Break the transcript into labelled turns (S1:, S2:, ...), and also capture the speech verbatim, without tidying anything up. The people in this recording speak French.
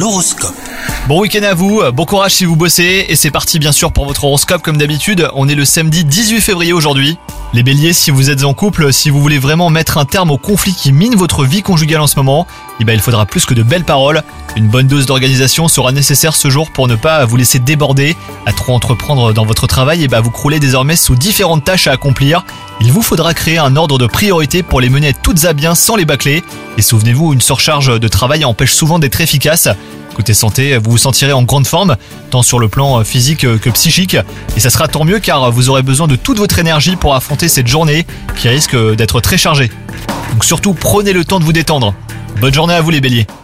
S1: L'horoscope.
S2: Bon week-end à vous, bon courage si vous bossez, et c'est parti bien sûr pour votre horoscope comme d'habitude. On est le samedi dix-huit février aujourd'hui. Les béliers, si vous êtes en couple, si vous voulez vraiment mettre un terme au conflit qui mine votre vie conjugale en ce moment, eh ben il faudra plus que de belles paroles. Une bonne dose d'organisation sera nécessaire ce jour pour ne pas vous laisser déborder. À trop entreprendre dans votre travail, eh ben vous croulez désormais sous différentes tâches à accomplir. Il vous faudra créer un ordre de priorité pour les mener toutes à bien sans les bâcler. Et souvenez-vous, une surcharge de travail empêche souvent d'être efficace. Côté santé, vous vous sentirez en grande forme, tant sur le plan physique que psychique. Et ça sera tant mieux car vous aurez besoin de toute votre énergie pour affronter cette journée qui risque d'être très chargée. Donc surtout, prenez le temps de vous détendre. Bonne journée à vous les béliers.